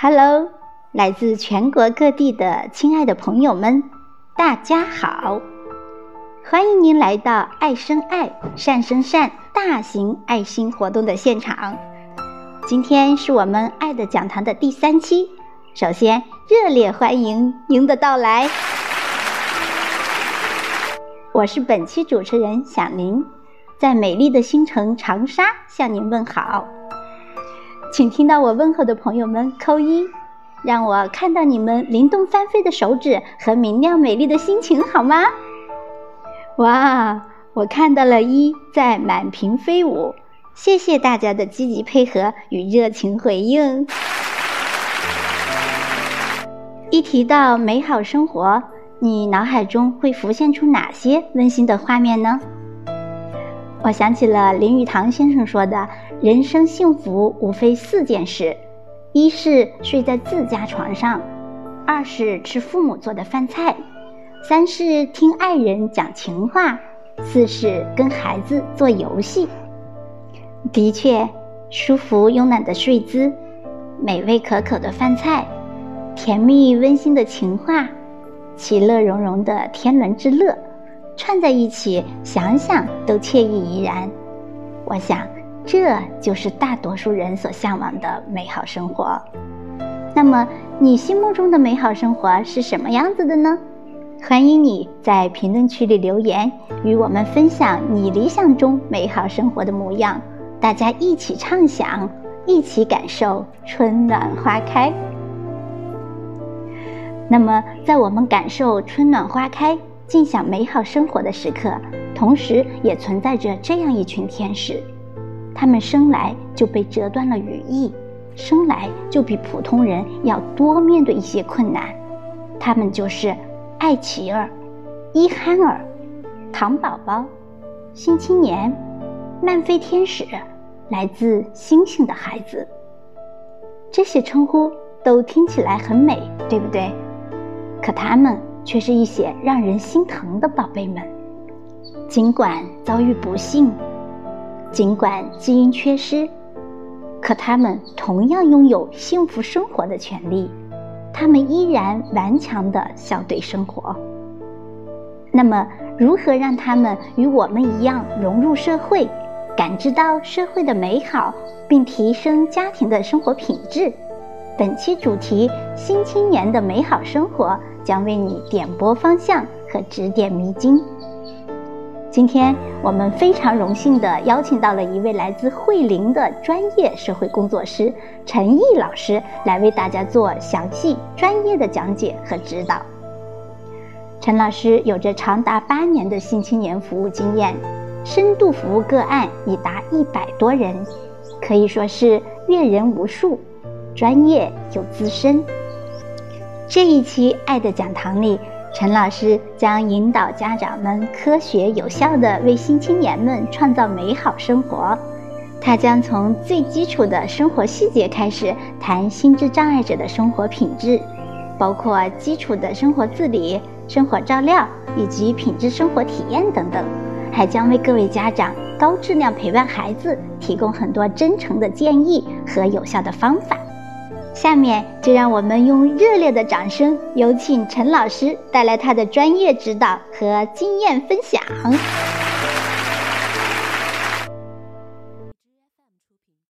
Hello， 来自全国各地的亲爱的朋友们，大家好！欢迎您来到爱生爱、善生善大型爱心活动的现场。今天是我们爱的讲堂的第3期，首先热烈欢迎您的到来。我是本期主持人响铃，在美丽的新城长沙向您问好。请听到我问候的朋友们扣1，让我看到你们灵动翻飞的手指和明亮美丽的心情好吗？哇，我看到了1在满屏飞舞，谢谢大家的积极配合与热情回应。一提到美好生活，你脑海中会浮现出哪些温馨的画面呢？我想起了林语堂先生说的，人生幸福无非4件事：1是睡在自家床上，2是吃父母做的饭菜，3是听爱人讲情话，4是跟孩子做游戏。的确，舒服慵懒的睡姿，美味可口的饭菜，甜蜜温馨的情话，其乐融融的天伦之乐，串在一起，想想都惬意怡然。我想，这就是大多数人所向往的美好生活。那么，你心目中的美好生活是什么样子的呢？欢迎你在评论区里留言，与我们分享你理想中美好生活的模样，大家一起畅想，一起感受春暖花开。那么，在我们感受春暖花开，尽享美好生活的时刻，同时也存在着这样一群天使，他们生来就被折断了羽翼，生来就比普通人要多面对一些困难。他们就是艾琪儿、伊憨儿、糖宝宝、新青年、漫飞天使，来自星星的孩子。这些称呼都听起来很美，对不对？可他们却是一些让人心疼的宝贝们。尽管遭遇不幸，尽管基因缺失，可他们同样拥有幸福生活的权利，他们依然顽强地笑对生活。那么，如何让他们与我们一样融入社会，感知到社会的美好，并提升家庭的生活品质？本期主题新青年的美好生活将为你点拨方向和指点迷津。今天我们非常荣幸地邀请到了一位来自慧灵的专业社会工作师陈毅老师，来为大家做详细专业的讲解和指导。陈老师有着长达8年的新青年服务经验，深度服务个案已达100多人，可以说是阅人无数，专业又资深。这一期爱的讲堂里，陈老师将引导家长们科学有效地为新青年们创造美好生活。他将从最基础的生活细节开始谈心智障碍者的生活品质，包括基础的生活自理、生活照料以及品质生活体验等等，还将为各位家长高质量陪伴孩子提供很多真诚的建议和有效的方法。下面就让我们用热烈的掌声，有请陈老师带来他的专业指导和经验分享。